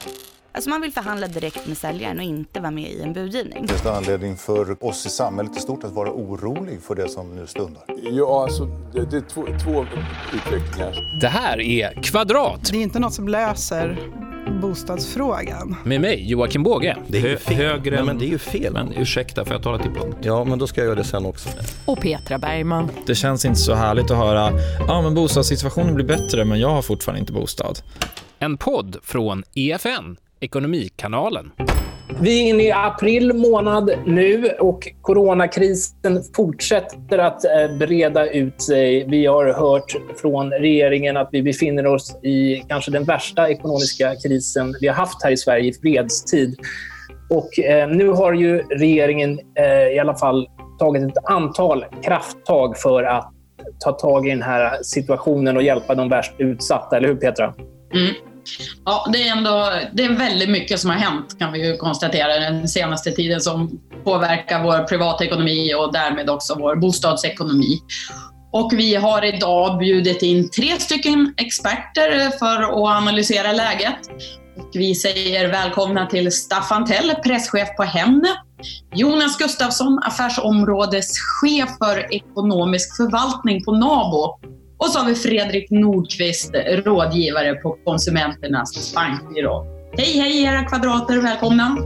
Alltså man vill förhandla direkt med säljaren och inte vara med i en budgivning. Finns det anledning för oss i samhället i stort att vara orolig för det som nu stundar? Ja, alltså det är två utvecklingar. Det här är Kvadrat. Det är inte något som löser bostadsfrågan. Med mig, Joakim Båge. Det är ju fel. Högre. Nej, men det är ju fel. Men ursäkta, för jag talar till punkt. Ja, men då ska jag göra det sen också. Och Petra Bergman. Det känns inte så härligt att höra men bostadssituationen blir bättre, men jag har fortfarande inte bostad. En podd från EFN, Ekonomikanalen. Vi är inne i april månad nu och coronakrisen fortsätter att breda ut sig. Vi har hört från regeringen att vi befinner oss i kanske den värsta ekonomiska krisen vi har haft här i Sverige i fredstid. Och nu har ju regeringen i alla fall tagit ett antal krafttag för att ta tag i den här situationen och hjälpa de värst utsatta. Eller hur, Petra? Mm. Ja, det är väldigt mycket som har hänt, kan vi ju konstatera, den senaste tiden som påverkar vår privatekonomi och därmed också vår bostadsekonomi. Och vi har idag bjudit in 3 stycken experter för att analysera läget. Och vi säger välkomna till Staffan Tell, presschef på Hemnet, Jonas Gustafsson, affärsområdeschef för ekonomisk förvaltning på NABO. Och så har vi Fredrik Nordqvist, rådgivare på Konsumenternas bankbyrå. Hej era kvadrater, välkomna!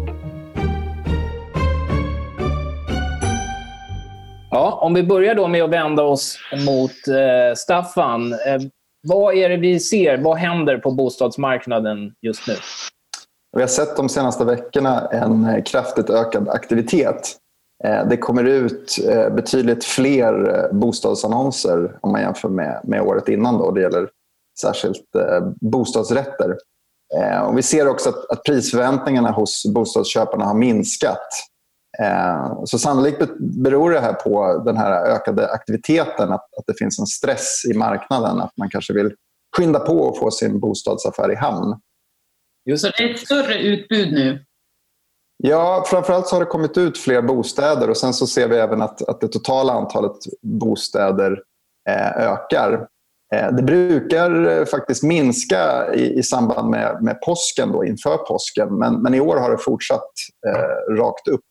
Ja, om vi börjar då med att vända oss mot Staffan. Vad är det vi ser? Vad händer på bostadsmarknaden just nu? Vi har sett de senaste veckorna en kraftigt ökad aktivitet. Det kommer ut betydligt fler bostadsannonser om man jämför med året innan. Då. Det gäller särskilt bostadsrätter. Och vi ser också att prisförväntningarna hos bostadsköparna har minskat. Så sannolikt beror det här på den här ökade aktiviteten, att det finns en stress i marknaden, att man kanske vill skynda på och få sin bostadsaffär i hamn. Just det, är ett större utbud nu. Ja, framförallt så har det kommit ut fler bostäder och sen så ser vi även att det totala antalet bostäder ökar. Det brukar faktiskt minska i samband med påsken då, inför påsken, men i år har det fortsatt rakt upp.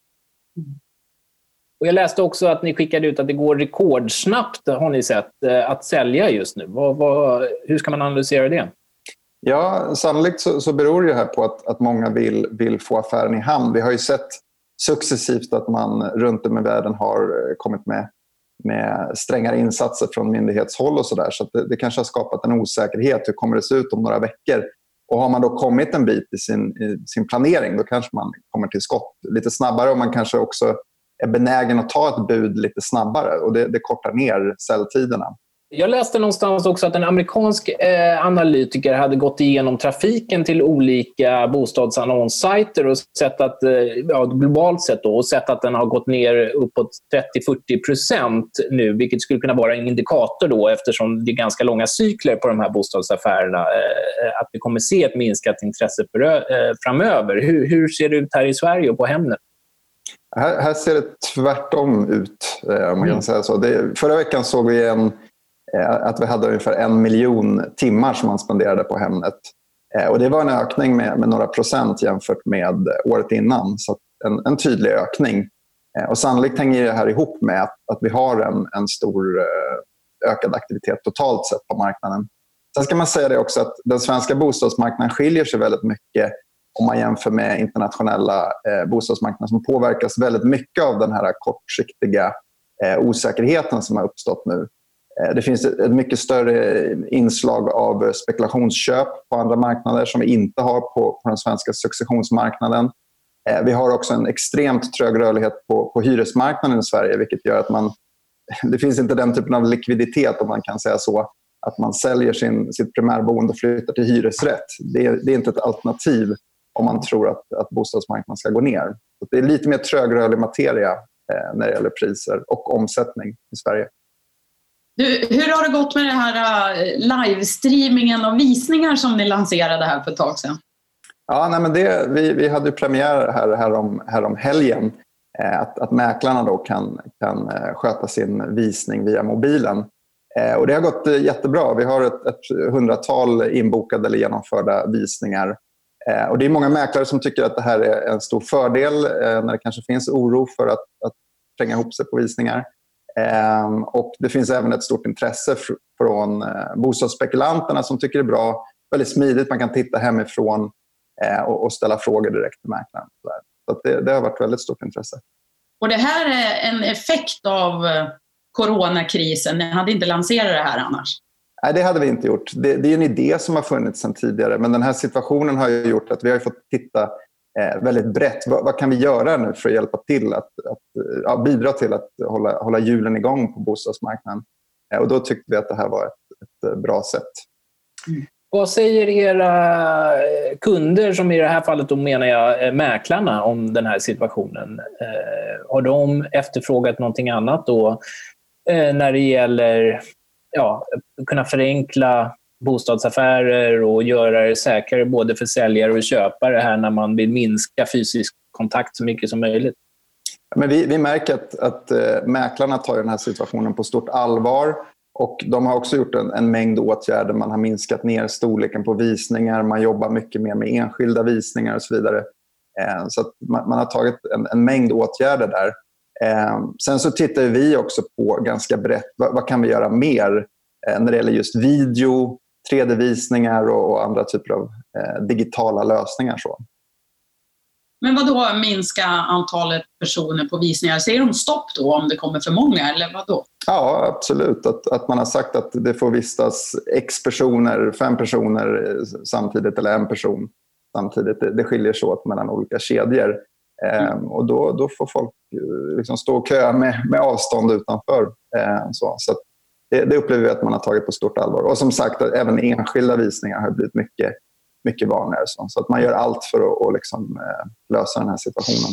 Och jag läste också att ni skickade ut att det går rekordsnabbt, har ni sett, att sälja just nu. Hur ska man analysera det? Ja, sannolikt så beror det här på att många vill få affären i hamn. Vi har ju sett successivt att man runt om i världen har kommit med strängare insatser från myndighetshåll och sådär. Så att det kanske har skapat en osäkerhet. Hur kommer det se ut om några veckor? Och har man då kommit en bit i sin planering, då kanske man kommer till skott lite snabbare och man kanske också är benägen att ta ett bud lite snabbare. Och det kortar ner säljtiderna. Jag läste någonstans också att en amerikansk analytiker hade gått igenom trafiken till olika bostadsannonssajter och sett att, globalt sett då, och sett att den har gått ner uppåt 30-40% nu, vilket skulle kunna vara en indikator då, eftersom det är ganska långa cykler på de här bostadsaffärerna, att vi kommer se ett minskat intresse framöver. Hur ser det ut här i Sverige och på Hemnet? Här ser det tvärtom ut, om man kan säga så. Förra veckan såg vi att vi hade ungefär 1 miljon timmar som man spenderade på Hemnet. Och det var en ökning med några procent jämfört med året innan. Så en tydlig ökning. Och sannolikt hänger det här ihop med att vi har en stor ökad aktivitet totalt sett på marknaden. Sen ska man säga det också att den svenska bostadsmarknaden skiljer sig väldigt mycket om man jämför med internationella bostadsmarknader som påverkas väldigt mycket av den här kortsiktiga osäkerheten som har uppstått nu. Det finns ett mycket större inslag av spekulationsköp på andra marknader som vi inte har på den svenska successionsmarknaden. Vi har också en extremt trög rörlighet på hyresmarknaden i Sverige, vilket gör att det finns inte den typen av likviditet, om man kan säga så, att man säljer sitt primärboende och flyttar till hyresrätt. Det är inte ett alternativ om man tror att bostadsmarknaden ska gå ner. Så det är lite mer trögrörlig materia när det gäller priser och omsättning i Sverige. Hur har det gått med det här livestreamingen av visningar som ni lanserade här för ett tag sedan? Ja, nej, men vi hade ju premiär här om helgen. Att mäklarna då kan sköta sin visning via mobilen. Och det har gått jättebra. Vi har ett 100-tal inbokade eller genomförda visningar. Och det är många mäklare som tycker att det här är en stor fördel när det kanske finns oro för att tränga ihop sig på visningar. Och det finns även ett stort intresse från bostadsspekulanterna som tycker det är bra. Väldigt smidigt, man kan titta hemifrån och ställa frågor direkt till mäklaren. Så att det har varit väldigt stort intresse. Och det här är en effekt av coronakrisen. Ni hade inte lanserat det här annars? Nej, det hade vi inte gjort. Det är en idé som har funnits sedan tidigare. Men den här situationen har ju gjort att vi har fått titta väldigt brett. Vad kan vi göra nu för att hjälpa till att bidra till att hålla hjulen igång på bostadsmarknaden? Och då tyckte vi att det här var ett bra sätt. Vad säger era kunder, som i det här fallet då menar jag mäklarna, om den här situationen? Har de efterfrågat någonting annat då när det gäller kunna förenkla bostadsaffärer och göra det säkrare både för säljare och köpare här när man vill minska fysisk kontakt så mycket som möjligt? Men vi märker att mäklarna tar den här situationen på stort allvar. Och de har också gjort en mängd åtgärder. Man har minskat ner storleken på visningar. Man jobbar mycket mer med enskilda visningar och så vidare. Så att man har tagit en mängd åtgärder där. Sen så tittar vi också på ganska brett. Vad kan vi göra mer när det gäller just video, 3D-visningar och andra typer av digitala lösningar. Så. Men vad då minska antalet personer på visningar? Säger de stopp då om det kommer för många eller vad då? Ja, absolut. Att man har sagt att det får vistas x personer, 5 personer samtidigt eller en person samtidigt. Det skiljer sig åt mellan olika kedjor. Och då får folk liksom stå och köa med avstånd utanför. Så att det upplever vi att man har tagit på stort allvar. Och som sagt, även enskilda visningar har blivit mycket vanligare. Så att man gör allt för att liksom, lösa den här situationen.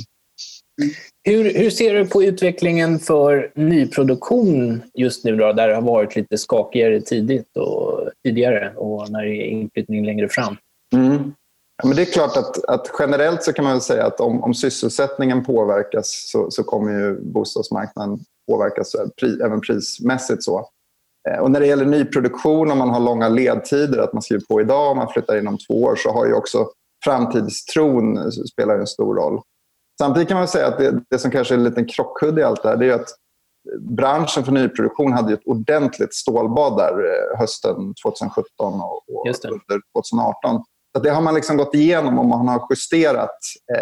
Hur ser du på utvecklingen för nyproduktion just nu då, där det har varit lite skakigare tidigare och när det är inflyttning längre fram? Ja, men det är klart att generellt så kan man väl säga att om sysselsättningen påverkas så kommer ju bostadsmarknaden påverkas även prismässigt så. Och när det gäller nyproduktion, om man har långa ledtider, att man skriver på idag och man flyttar inom 2 år, så har ju också framtidstron spelar en stor roll. Samtidigt kan man säga att det som kanske är en liten krockkudde i allt det här, det är att branschen för nyproduktion hade ett ordentligt stålbad där hösten 2017 och under 2018. Så det har man liksom gått igenom och man har justerat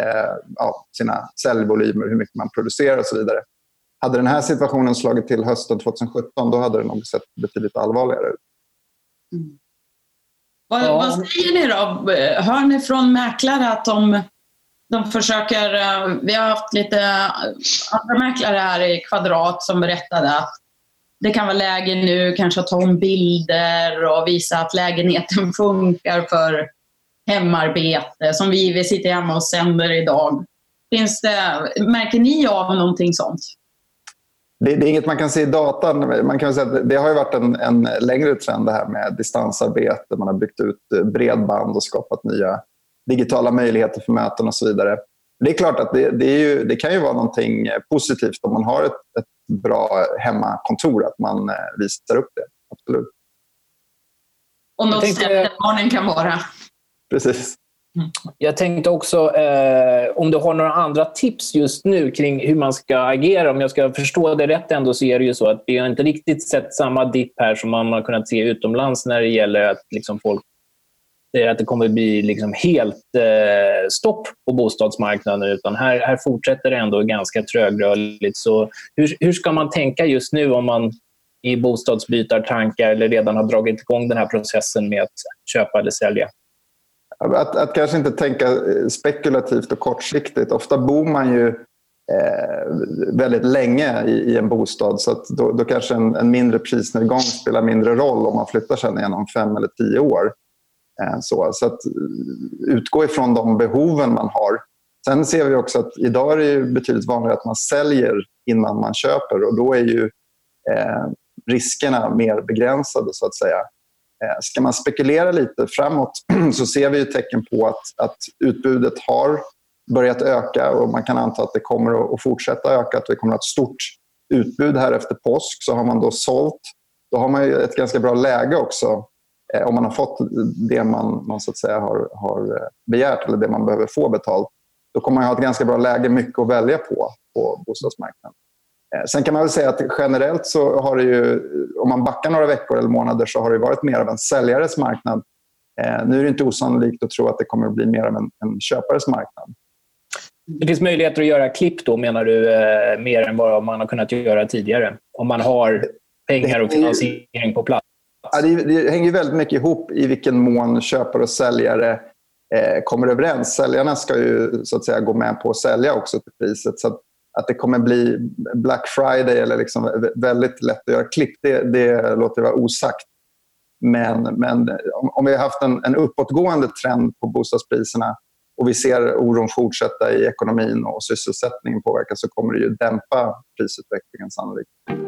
sina säljvolymer, hur mycket man producerar och så vidare. Hade den här situationen slagit till hösten 2017, då hade det nog sett betydligt allvarligare ut. Vad säger ni då? Hör ni från mäklare att de försöker... Vi har haft lite andra mäklare här i Kvadrat som berättade att det kan vara läge nu kanske att ta om bilder och visa att lägenheten funkar för hemarbete, som vi sitter hemma och sänder idag. Märker ni av någonting sånt? Det är inget man kan se i datan. Man kan säga att det har ju varit en längre trend det här med distansarbete. Man har byggt ut bredband och skapat nya digitala möjligheter för möten och så vidare. Det är klart att det kan ju vara någonting positivt om man har ett bra hemmakontor, att man visar upp det. Absolut. Och något sätt att barnen kan vara. Precis. Jag tänkte också om du har några andra tips just nu kring hur man ska agera. Om jag ska förstå det rätt ändå, så är det ju så att vi har inte riktigt sett samma dipp här som man har kunnat se utomlands när det gäller att liksom folk säger att det kommer bli liksom helt stopp på bostadsmarknaden, utan här fortsätter det ändå ganska trögrörligt. Så hur ska man tänka just nu om man i bostadsbytartankar eller redan har dragit igång den här processen med att köpa eller sälja? Att kanske inte tänka spekulativt och kortsiktigt. Ofta bor man ju väldigt länge i en bostad, så att då kanske en mindre prisnedgång spelar mindre roll om man flyttar sen igenom 5 eller 10 år. Så att utgå ifrån de behoven man har. Sen ser vi också att idag är det ju betydligt vanligare att man säljer innan man köper, och då är ju riskerna mer begränsade så att säga. Ska man spekulera lite framåt så ser vi ju tecken på att utbudet har börjat öka, och man kan anta att det kommer att fortsätta öka, att vi kommer att ha ett stort utbud här efter påsk. Så har man då sålt, då har man ju ett ganska bra läge också om man har fått det man så att säga har begärt eller det man behöver få betalt, då kommer man ha ett ganska bra läge, mycket att välja på bostadsmarknaden. Sen kan man väl säga att generellt så har det ju, om man backar några veckor eller månader, så har det varit mer av en säljares marknad. Nu är det inte osannolikt att tro att det kommer att bli mer av en köpares marknad. Det finns möjligheter att göra klipp då, menar du, mer än vad man har kunnat göra tidigare? Om man har pengar och finansiering på plats? Ja, det hänger väldigt mycket ihop i vilken mån köpare och säljare kommer överens. Säljarna ska ju så att säga gå med på att sälja också till priset. Så att det kommer bli Black Friday eller liksom väldigt lätt att göra klipp, det låter vara osagt. Men om vi har haft en uppåtgående trend på bostadspriserna och vi ser oron fortsätta i ekonomin och sysselsättningen påverkas, så kommer det ju dämpa prisutvecklingen sannolikt.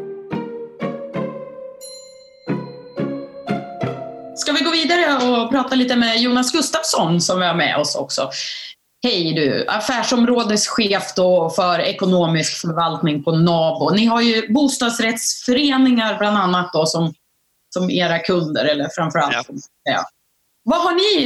Ska vi gå vidare och prata lite med Jonas Gustafsson som är med oss också. Hej du, affärsområdeschef då för ekonomisk förvaltning på NABO. Ni har ju bostadsrättsföreningar bland annat då som era kunder, eller framförallt. Ja. Vad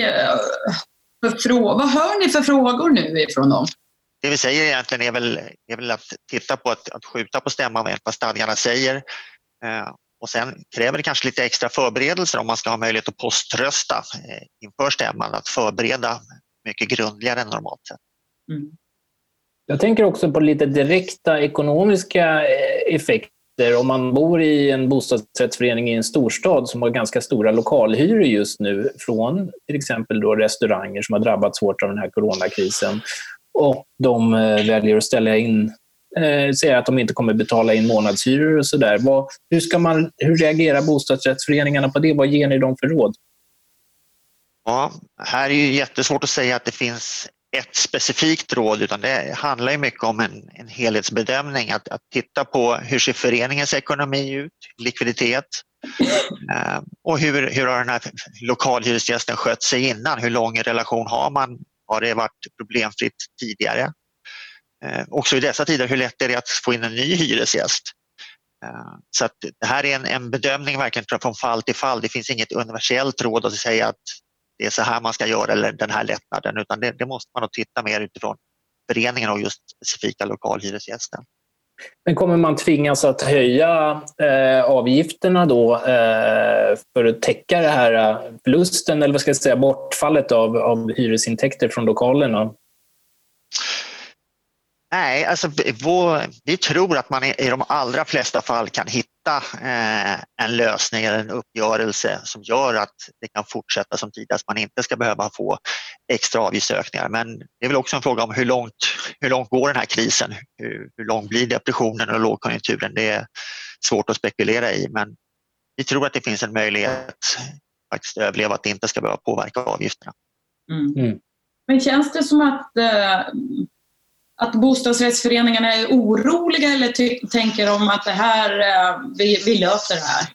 hör ni för frågor nu ifrån dem? Det vi säger egentligen är väl att titta på att skjuta på stämman med vad stadgarna säger. Och sen kräver det kanske lite extra förberedelser om man ska ha möjlighet att poströsta inför stämman, att förbereda mycket grundligare än normalt sett. Mm. Jag tänker också på lite direkta ekonomiska effekter. Om man bor i en bostadsrättsförening i en storstad som har ganska stora lokalhyror just nu från till exempel då restauranger som har drabbats hårt av den här coronakrisen, och de väljer att ställa in, säger att de inte kommer betala in månadshyror och sådär. Hur reagerar bostadsrättsföreningarna på det? Vad ger ni dem för råd? Ja, här är ju jättesvårt att säga att det finns ett specifikt råd, utan det handlar ju mycket om en helhetsbedömning. Att titta på hur ser föreningens ekonomi ut, likviditet, och hur har den här lokalhyresgästen skött sig innan? Hur lång relation har man? Har det varit problemfritt tidigare? Också i dessa tider, hur lätt är det att få in en ny hyresgäst? Så att det här är en bedömning verkligen från fall till fall. Det finns inget universellt råd att säga att det är så här man ska göra eller den här lättnaden, utan det måste man nog titta mer utifrån föreningen och just specifika lokalhyresgästen. Men kommer man tvingas att höja avgifterna då för att täcka det här förlusten, eller vad ska jag säga, bortfallet av hyresintäkter från lokalerna? Nej, alltså vi tror att man i de allra flesta fall kan hitta en lösning eller en uppgörelse som gör att det kan fortsätta som tidigare, att man inte ska behöva få extra avgiftsökningar. Men det är väl också en fråga om hur långt går den här krisen? Hur lång blir depressionen och lågkonjunkturen? Det är svårt att spekulera i, men vi tror att det finns en möjlighet faktiskt att överleva, att det inte ska behöva påverka avgifterna. Mm. Men känns det som att bostadsrättsföreningarna är oroliga, eller tänker de att det här, vi löser det här?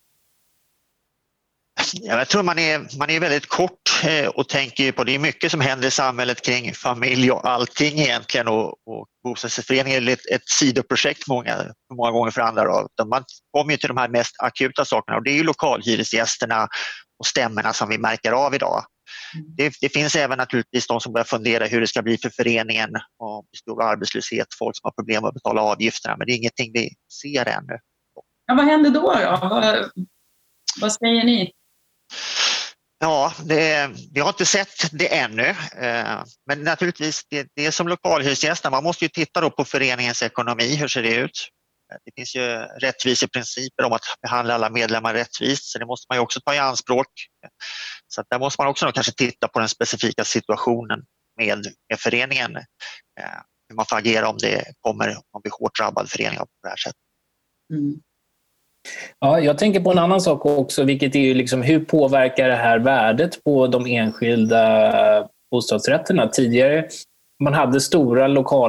Jag tror man är väldigt kort och tänker på, det är mycket som händer i samhället kring familj och allting egentligen, och bostadsrättsföreningen är ett sidoprojekt många gånger för andra. Man kommer ju till de här mest akuta sakerna, och det är ju lokalhyresgästerna och stämmorna som vi märker av idag. Det finns även naturligtvis de som börjar fundera hur det ska bli för föreningen, och stor arbetslöshet, folk som har problem att betala avgifterna, men det är ingenting vi ser ännu. Ja, vad händer då? Vad säger ni? Ja, vi har inte sett det ännu, men naturligtvis det är som lokalhyresgäster, man måste ju titta då på föreningens ekonomi, hur ser det ut? Det finns ju rättviseprinciper om att behandla alla medlemmar rättvist, så det måste man ju också ta i anspråk. Så att där måste man också kanske titta på den specifika situationen med föreningen, hur man får agera om det blir hårt drabbad förening på det här sättet. Mm. Ja, jag tänker på en annan sak också, vilket är ju liksom, hur påverkar det här värdet på de enskilda bostadsrätterna? Tidigare, man hade stora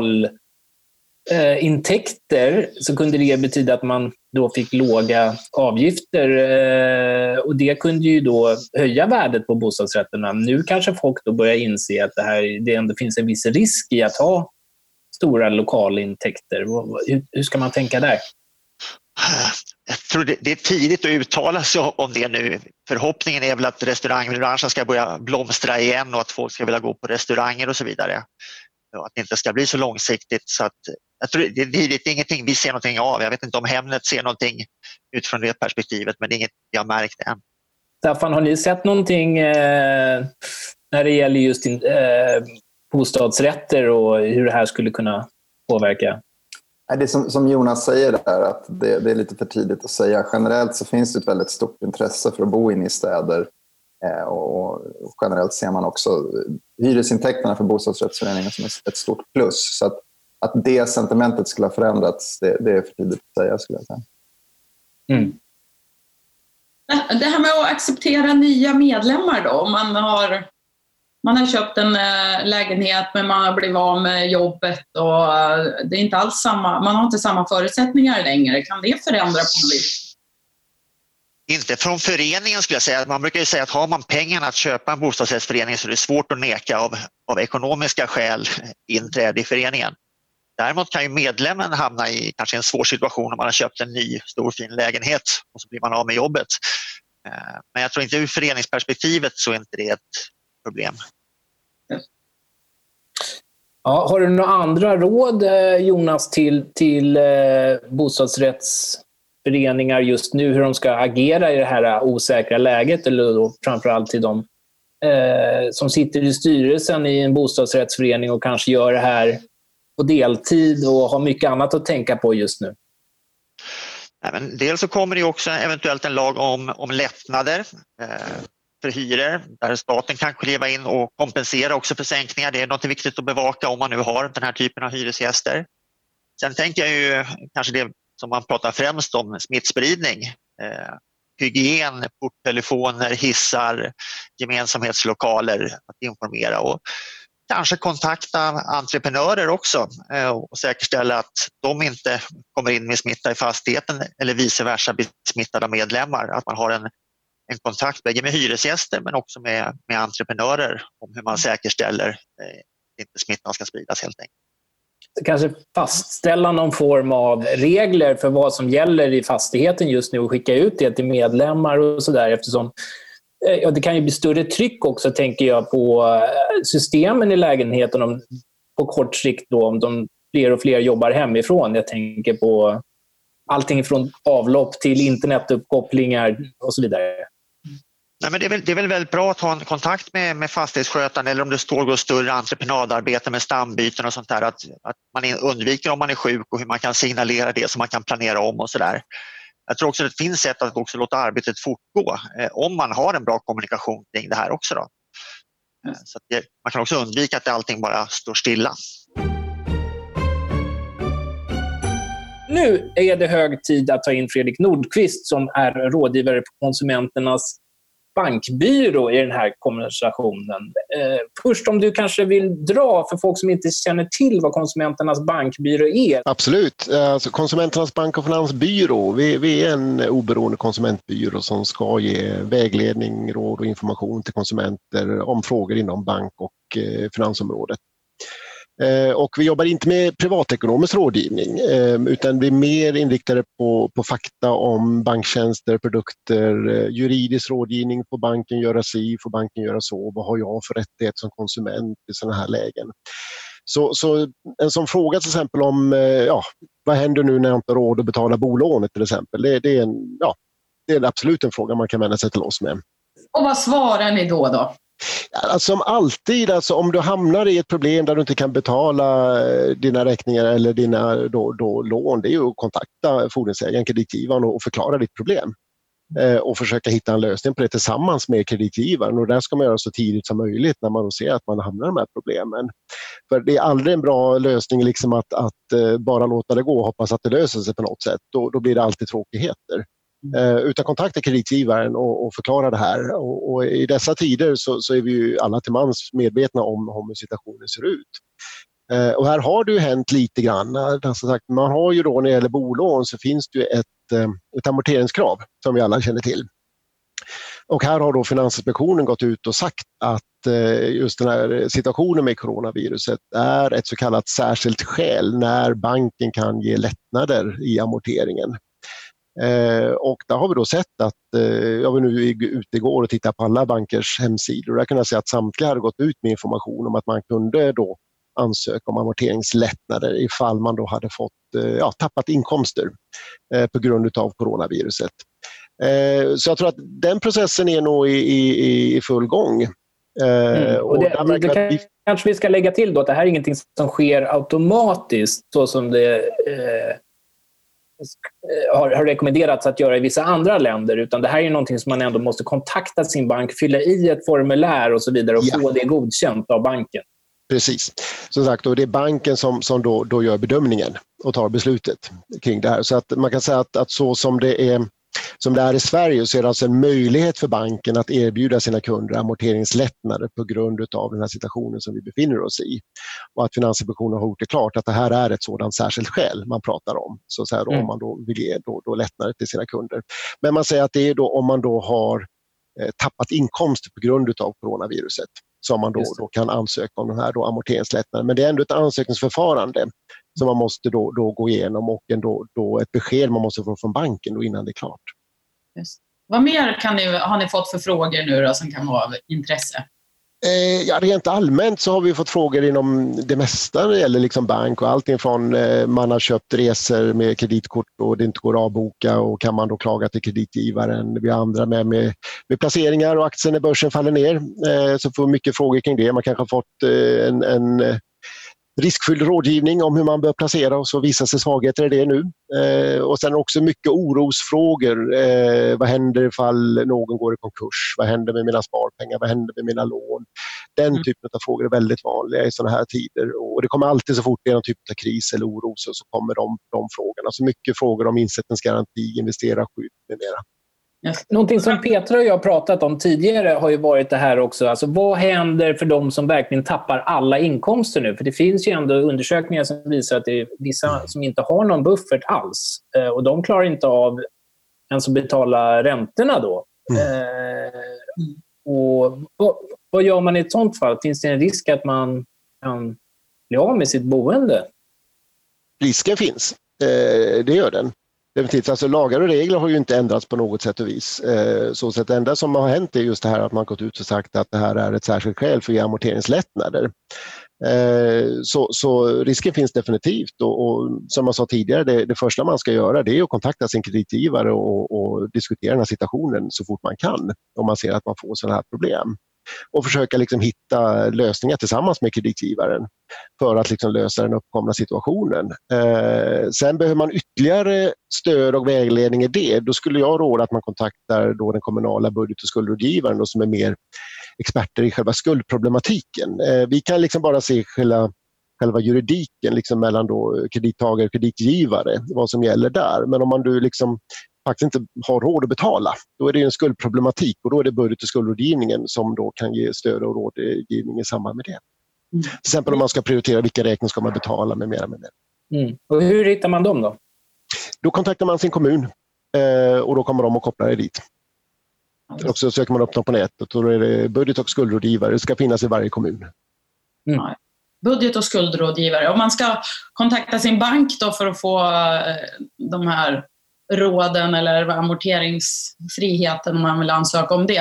intäkter, så kunde det betyda att man då fick låga avgifter, och det kunde ju då höja värdet på bostadsrätterna. Nu kanske folk då börjar inse att det ändå finns en viss risk i att ha stora lokalintäkter. Hur ska man tänka där? Jag tror det är tidigt att uttala sig om det nu. Förhoppningen är väl att restaurangbranschen ska börja blomstra igen och att folk ska vilja gå på restauranger och så vidare. Och att det inte ska bli så långsiktigt. Så att, jag tror det är ingenting vi ser någonting av. Jag vet inte om Hemnet ser någonting utifrån det perspektivet, men det är inget jag märkt än. Staffan, har ni sett någonting när det gäller just bostadsrätter och hur det här skulle kunna påverka? Det är som Jonas säger där, att det är lite för tidigt att säga. Generellt så finns det ett väldigt stort intresse för att bo inne i städer. Och generellt ser man också hyresintäkterna för bostadsrättsföreningar som ett stort plus. Så att det sentimentet skulle ha förändrats, det är för tidigt att säga, skulle jag säga. Mm. Det här med att acceptera nya medlemmar då, om man har köpt en lägenhet men man har blivit av med jobbet och det är inte alls man har inte samma förutsättningar längre. Kan det förändra på något vis? Inte från föreningen skulle jag säga. Man brukar ju säga att har man pengarna att köpa en bostadsrättsförening så är det svårt att neka av ekonomiska skäl inträde i föreningen. Däremot kan ju medlemmen hamna i kanske en svår situation om man har köpt en ny stor fin lägenhet och så blir man av med jobbet. Men jag tror inte ur föreningsperspektivet så är inte det ett problem. Ja, har du några andra råd, Jonas, till bostadsrättsföreningar just nu, hur de ska agera i det här osäkra läget, eller då framförallt till de som sitter i styrelsen i en bostadsrättsförening och kanske gör det här på deltid och har mycket annat att tänka på just nu? Ja, men dels så kommer det också eventuellt en lag om lättnader för hyror där staten kan kliva in och kompensera också för sänkningar. Det är något viktigt att bevaka om man nu har den här typen av hyresgäster. Sen tänker jag ju kanske det som man pratar främst om, smittspridning. Hygien, porttelefoner, hissar, gemensamhetslokaler att informera och kanske kontakta entreprenörer också och säkerställa att de inte kommer in med smitta i fastigheten eller vice versa blir smittade av medlemmar. Att man har en kontakt bägge med hyresgäster men också med entreprenörer om hur man säkerställer att inte smittan ska spridas helt enkelt. Kanske fastställa någon form av regler för vad som gäller i fastigheten just nu och skicka ut det till medlemmar och sådär, eftersom det kan ju bli större tryck också, tänker jag, på systemen i lägenheten på kort sikt då, om fler och fler jobbar hemifrån. Jag tänker på allting från avlopp till internetuppkopplingar och så vidare. Nej, men det är väl väldigt bra att ha en kontakt med fastighetsskötaren eller om det går större entreprenadarbete med stambyten och sånt där, att man undviker om man är sjuk och hur man kan signalera det så man kan planera om och sådär. Jag tror också att det finns sätt att också låta arbetet fortgå om man har en bra kommunikation kring det här också då. Så att man kan också undvika att allting bara står stilla. Nu är det hög tid att ta in Fredrik Nordqvist som är rådgivare på Konsumenternas bankbyrå i den här konversationen. Först, om du kanske vill dra för folk som inte känner till vad Konsumenternas bankbyrå är. Absolut. Alltså, Konsumenternas bank- och finansbyrå, vi är en oberoende konsumentbyrå som ska ge vägledning, råd och information till konsumenter om frågor inom bank- och finansområdet. Och vi jobbar inte med privatekonomisk rådgivning utan vi är mer inriktade på fakta om banktjänster, produkter, juridisk rådgivning. Får banken göra si, får banken göra så? Vad har jag för rättighet som konsument i sådana här lägen? Så en sån fråga till exempel om vad händer nu när jag inte har råd att betala bolånet till exempel. Det är absolut en fråga man kan vända sig till oss med. Och vad svarar ni då? Alltså, som alltid, om du hamnar i ett problem där du inte kan betala dina räkningar eller dina lån, det är ju att kontakta fordringsägaren, kreditgivaren och förklara ditt problem. Och försöka hitta en lösning på det tillsammans med kreditgivaren. Och det ska man göra så tidigt som möjligt när man ser att man hamnar i de här problemen. För det är aldrig en bra lösning liksom att bara låta det gå och hoppas att det löser sig på något sätt. Då blir det alltid tråkigheter. Utan kontakta kreditgivaren och förklara det här. Och i dessa tider så är vi ju alla till mans medvetna om hur situationen ser ut. Och här har det ju hänt lite grann. Alltså sagt, man har ju då när det gäller bolån så finns det ju ett amorteringskrav som vi alla känner till. Och här har då Finansinspektionen gått ut och sagt att just den här situationen med coronaviruset är ett så kallat särskilt skäl när banken kan ge lättnader i amorteringen. Och där har vi då sett att, jag var nu ute igår och tittade på alla bankers hemsidor. Där kan jag se att samtliga hade gått ut med information om att man kunde då ansöka om amorteringslättnader ifall man då hade fått tappat inkomster på grund av coronaviruset. Så jag tror att den processen är nog i full gång. Kanske vi ska lägga till då att det här är ingenting som sker automatiskt så som det har rekommenderats att göra i vissa andra länder, utan det här är någonting som man ändå måste kontakta sin bank, fylla i ett formulär och så vidare och få det godkänt av banken. Precis. Som sagt, och det är banken som då gör bedömningen och tar beslutet kring det här. Så att man kan säga att så som det är i Sverige så är det alltså en möjlighet för banken att erbjuda sina kunder amorteringslättnader på grund av den här situationen som vi befinner oss i. Och att Finansinspektionen har gjort det klart att det här är ett sådant särskilt skäl man pratar om. Så här om man då vill ge då lättnader till sina kunder. Men man säger att det är då om man då har tappat inkomster på grund av coronaviruset som man då kan ansöka om den här då amorteringslättnaden. Men det är ändå ett ansökningsförfarande som man måste då gå igenom och då ett besked man måste få från banken då innan det är klart. Just. Vad mer har ni fått för frågor nu då som kan vara av intresse? Rent allmänt så har vi fått frågor inom det mesta när det gäller liksom bank och allting från man har köpt resor med kreditkort och det inte går att avboka och kan man då klaga till kreditgivaren. Vi har andra med placeringar och aktien när börsen faller ner, så får vi mycket frågor kring det. Man kanske har fått en riskfylld rådgivning om hur man bör placera och så visar sig svagheter i det nu. Och sen också mycket orosfrågor. Vad händer ifall någon går i konkurs? Vad händer med mina sparpengar? Vad händer med mina lån? Den typen av frågor är väldigt vanliga i sådana här tider. Och det kommer alltid så fort det är någon typ av kris eller oro så kommer de frågorna. Så mycket frågor om insättningsgaranti, investerarskydd med mera. Yes. Någonting som Petra och jag pratat om tidigare har ju varit det här också. Alltså, vad händer för de som verkligen tappar alla inkomster nu? För det finns ju ändå undersökningar som visar att det är vissa som inte har någon buffert alls. Och de klarar inte av ens att betala räntorna då. Och vad gör man i ett sånt fall? Finns det en risk att man kan bli av med sitt boende? Risken finns. Det gör den. Alltså, lagar och regler har ju inte ändrats på något sätt och vis. Så att det enda som har hänt är just det här att man gått ut och sagt att det här är ett särskilt skäl för att ge amorteringslättnader. Så risken finns definitivt och som jag sa tidigare, det första man ska göra det är att kontakta sin kreditgivare och diskutera den här situationen så fort man kan om man ser att man får sådana här problem. Och försöka liksom hitta lösningar tillsammans med kreditgivaren för att liksom lösa den uppkomna situationen. Sen behöver man ytterligare stöd och vägledning i det. Då skulle jag råda att man kontaktar då den kommunala budget- och skuldrådgivaren då som är mer experter i själva skuldproblematiken. Vi kan liksom bara se själva juridiken liksom mellan då kredittagare och kreditgivare, vad som gäller där. Men om man då liksom faktiskt inte har råd att betala, då är det en skuldproblematik och då är det budget- och skuldrådgivningen som då kan ge stöd och rådgivning i samband med det. Till exempel om man ska prioritera vilka räkningar ska man betala med mera. Och hur hittar man dem då? Då kontaktar man sin kommun och då kommer de att koppla det dit. Och så söker man upp dem på nätet och då är det budget- och skuldrådgivare. Det ska finnas i varje kommun. Budget- och skuldrådgivare. Om man ska kontakta sin bank då för att få de här råden eller amorteringsfriheten om man vill ansöka om det.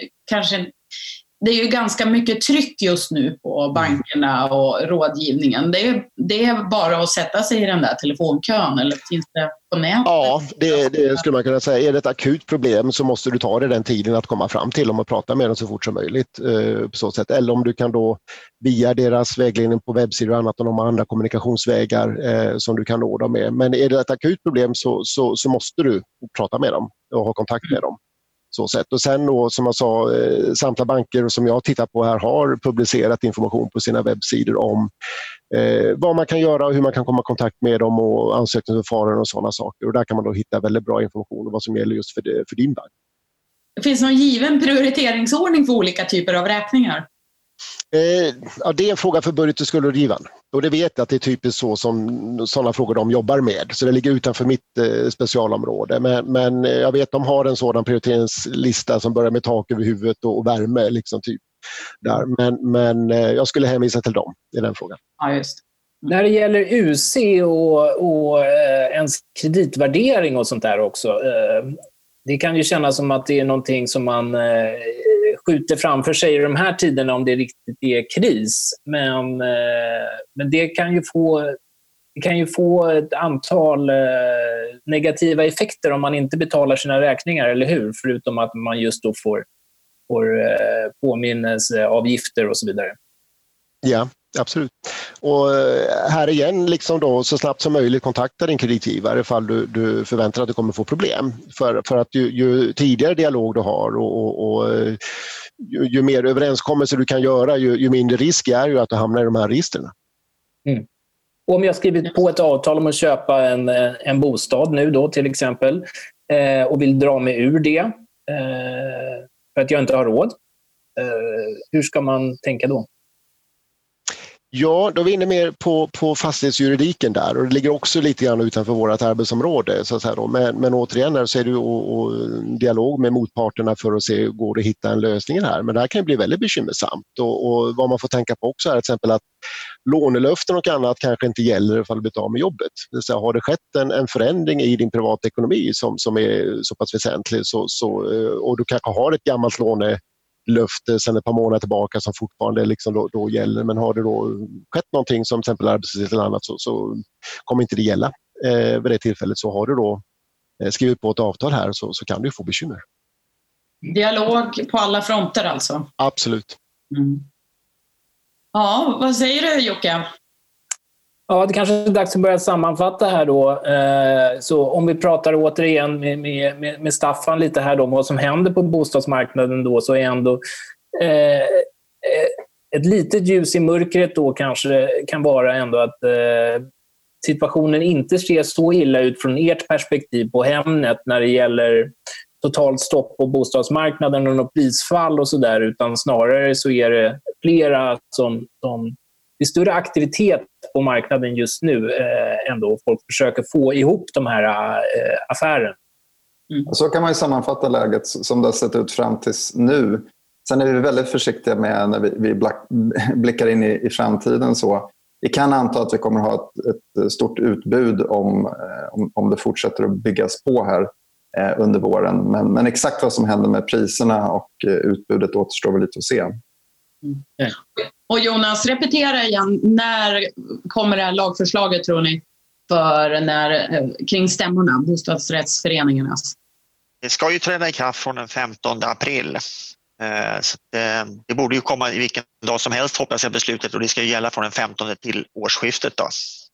Det är ju ganska mycket tryck just nu på bankerna och rådgivningen. Det är bara att sätta sig i den där telefonkön eller finns det på nätet? Ja, det skulle man kunna säga. Är det ett akut problem så måste du ta det den tiden att komma fram till dem och prata med dem så fort som möjligt. På så sätt. Eller om du kan då via deras vägledning på webbsidor och annat och de har andra kommunikationsvägar som du kan nå dem med. Men är det ett akut problem så måste du prata med dem och ha kontakt med dem. Så sätt. Och sen då, som jag sa, samtliga banker som jag tittar på här har publicerat information på sina webbsidor om vad man kan göra och hur man kan komma i kontakt med dem och ansökningsförfaranden och sådana saker. Och där kan man då hitta väldigt bra information om vad som gäller just för din bank. Det finns någon given prioriteringsordning för olika typer av räkningar? Det är en fråga för budget- och skuldrådgivaren. Och det vet jag att det är typiskt så som sådana frågor de jobbar med. Så det ligger utanför mitt specialområde. Men jag vet att de har en sådan prioriteringslista som börjar med tak över huvudet och värme. Liksom typ där. Men jag skulle hänvisa till dem i den frågan. Ja, just. När det gäller UC och ens kreditvärdering och sånt där också, det kan ju kännas som att det är någonting som man skjuter framför sig i de här tiderna om det riktigt är kris. Men det kan ju få ett antal negativa effekter om man inte betalar sina räkningar, eller hur? Förutom att man just då får påminnelseavgifter och så vidare. Ja, absolut. Och här igen, liksom då, så snabbt som möjligt kontakta din kreditgivare ifall du förväntar att du kommer få problem. För att ju tidigare dialog du har och ju mer överenskommelser du kan göra, ju mindre risk är ju att du hamnar i de här registren. Mm. Om jag skrivit på ett avtal om att köpa en bostad nu då till exempel och vill dra mig ur det för att jag inte har råd, hur ska man tänka då? Ja, då är vi inne mer på fastighetsjuridiken där, och det ligger också lite grann utanför vårt arbetsområde. Så att säga då. Men återigen här så är det och dialog med motparterna för att se, går det att hitta en lösning här. Men det här kan bli väldigt bekymmersamt, och vad man får tänka på också är till exempel att lånelöften och annat kanske inte gäller ifall du blir av med jobbet. Det vill säga, har det skett en förändring i din privatekonomi som är så pass väsentlig och du kanske har ett gammalt lånelöfte sedan ett par månader tillbaka som fortfarande liksom då gäller, men har det då skett någonting som till exempel arbetslöshet eller annat så kommer inte det gälla vid det tillfället. Så har du då skrivit på ett avtal här så kan du få bekymmer. Dialog på alla fronter alltså? Absolut. Mm. Ja, vad säger du Jocke? Ja, det kanske är dags att börja sammanfatta här då. Så om vi pratar återigen med Staffan lite här då om vad som händer på bostadsmarknaden då, så är ändå ett litet ljus i mörkret då kanske kan vara ändå att situationen inte ser så illa ut från ert perspektiv på Hemnet när det gäller totalt stopp på bostadsmarknaden och något prisfall och sådär, utan snarare så är det flera som det är större aktivitet på marknaden just nu ändå. Folk försöker få ihop de här affärerna. Mm. Så kan man ju sammanfatta läget som det har sett ut fram tills nu. Sen är vi väldigt försiktiga med när vi blickar in i framtiden. Så vi kan anta att vi kommer ha ett stort utbud om det fortsätter att byggas på här under våren. Men exakt vad som händer med priserna och utbudet återstår väl lite att se. Mm. Och Jonas, repetera igen. När kommer det här lagförslaget tror ni kring stämmorna, bostadsrättsföreningarnas? Det ska ju träda i kraft från den 15 april. Så det borde ju komma i vilken dag som helst, hoppas jag, beslutet, och det ska ju gälla från den 15 till årsskiftet då.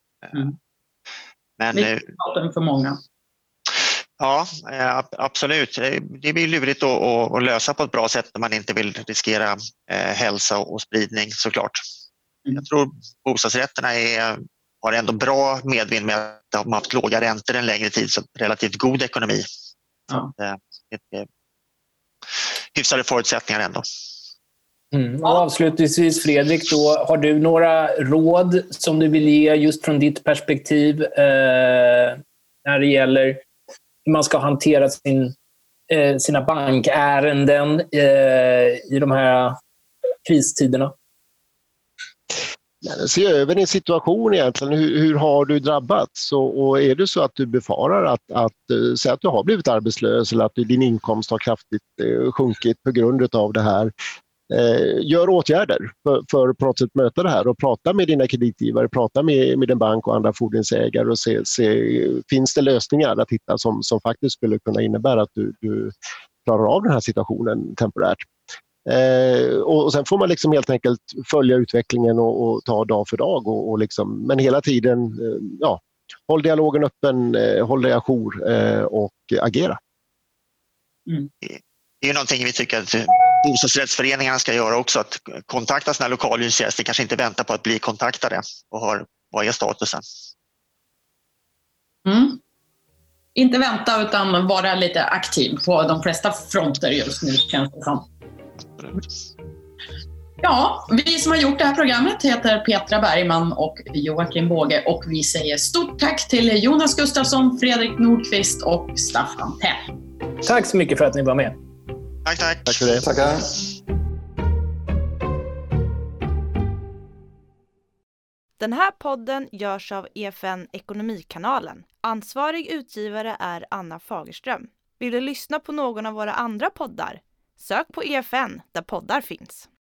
Men det är datum för många. Ja, absolut. Det blir lurigt att lösa på ett bra sätt när man inte vill riskera hälsa och spridning såklart. Jag tror bostadsrätterna har ändå bra medvind med att de har haft låga räntor en längre tid, så relativt god ekonomi. Ja. Så hyfsade förutsättningar ändå. Och avslutningsvis Fredrik, då, har du några råd som du vill ge just från ditt perspektiv när det gäller hur man ska hantera sina bankärenden i de här kristiderna? Se över din situation egentligen. Hur har du drabbats? Och är det så att du befarar att säga att du har blivit arbetslös eller att din inkomst har kraftigt sjunkit på grund av det här, gör åtgärder för att på något sätt möta det här, och prata med dina kreditgivare, prata med din bank och andra fordringsägare och se finns det lösningar att hitta som faktiskt skulle kunna innebära att du klarar av den här situationen temporärt. Och sen får man liksom helt enkelt följa utvecklingen och ta dag för dag och liksom, men hela tiden håll dialogen öppen, håll dig ajour och agera. Mm. Det är ju någonting vi tycker att bostadsrättsföreningarna ska göra också, att kontakta sina lokalhyresgäster, kanske inte vänta på att bli kontaktade, och vad är statusen? Inte vänta utan vara lite aktiv på de flesta fronter just nu, känns det som. Ja, vi som har gjort det här programmet heter Petra Bergman och Joakim Båge, och vi säger stort tack till Jonas Gustafsson, Fredrik Nordqvist och Staffan Tell. Tack så mycket för att ni var med. Tack. Tack för det. Tackar. Den här podden görs av EFN Ekonomikanalen. Ansvarig utgivare är Anna Fagerström. Vill du lyssna på någon av våra andra poddar? Sök på EFN där poddar finns.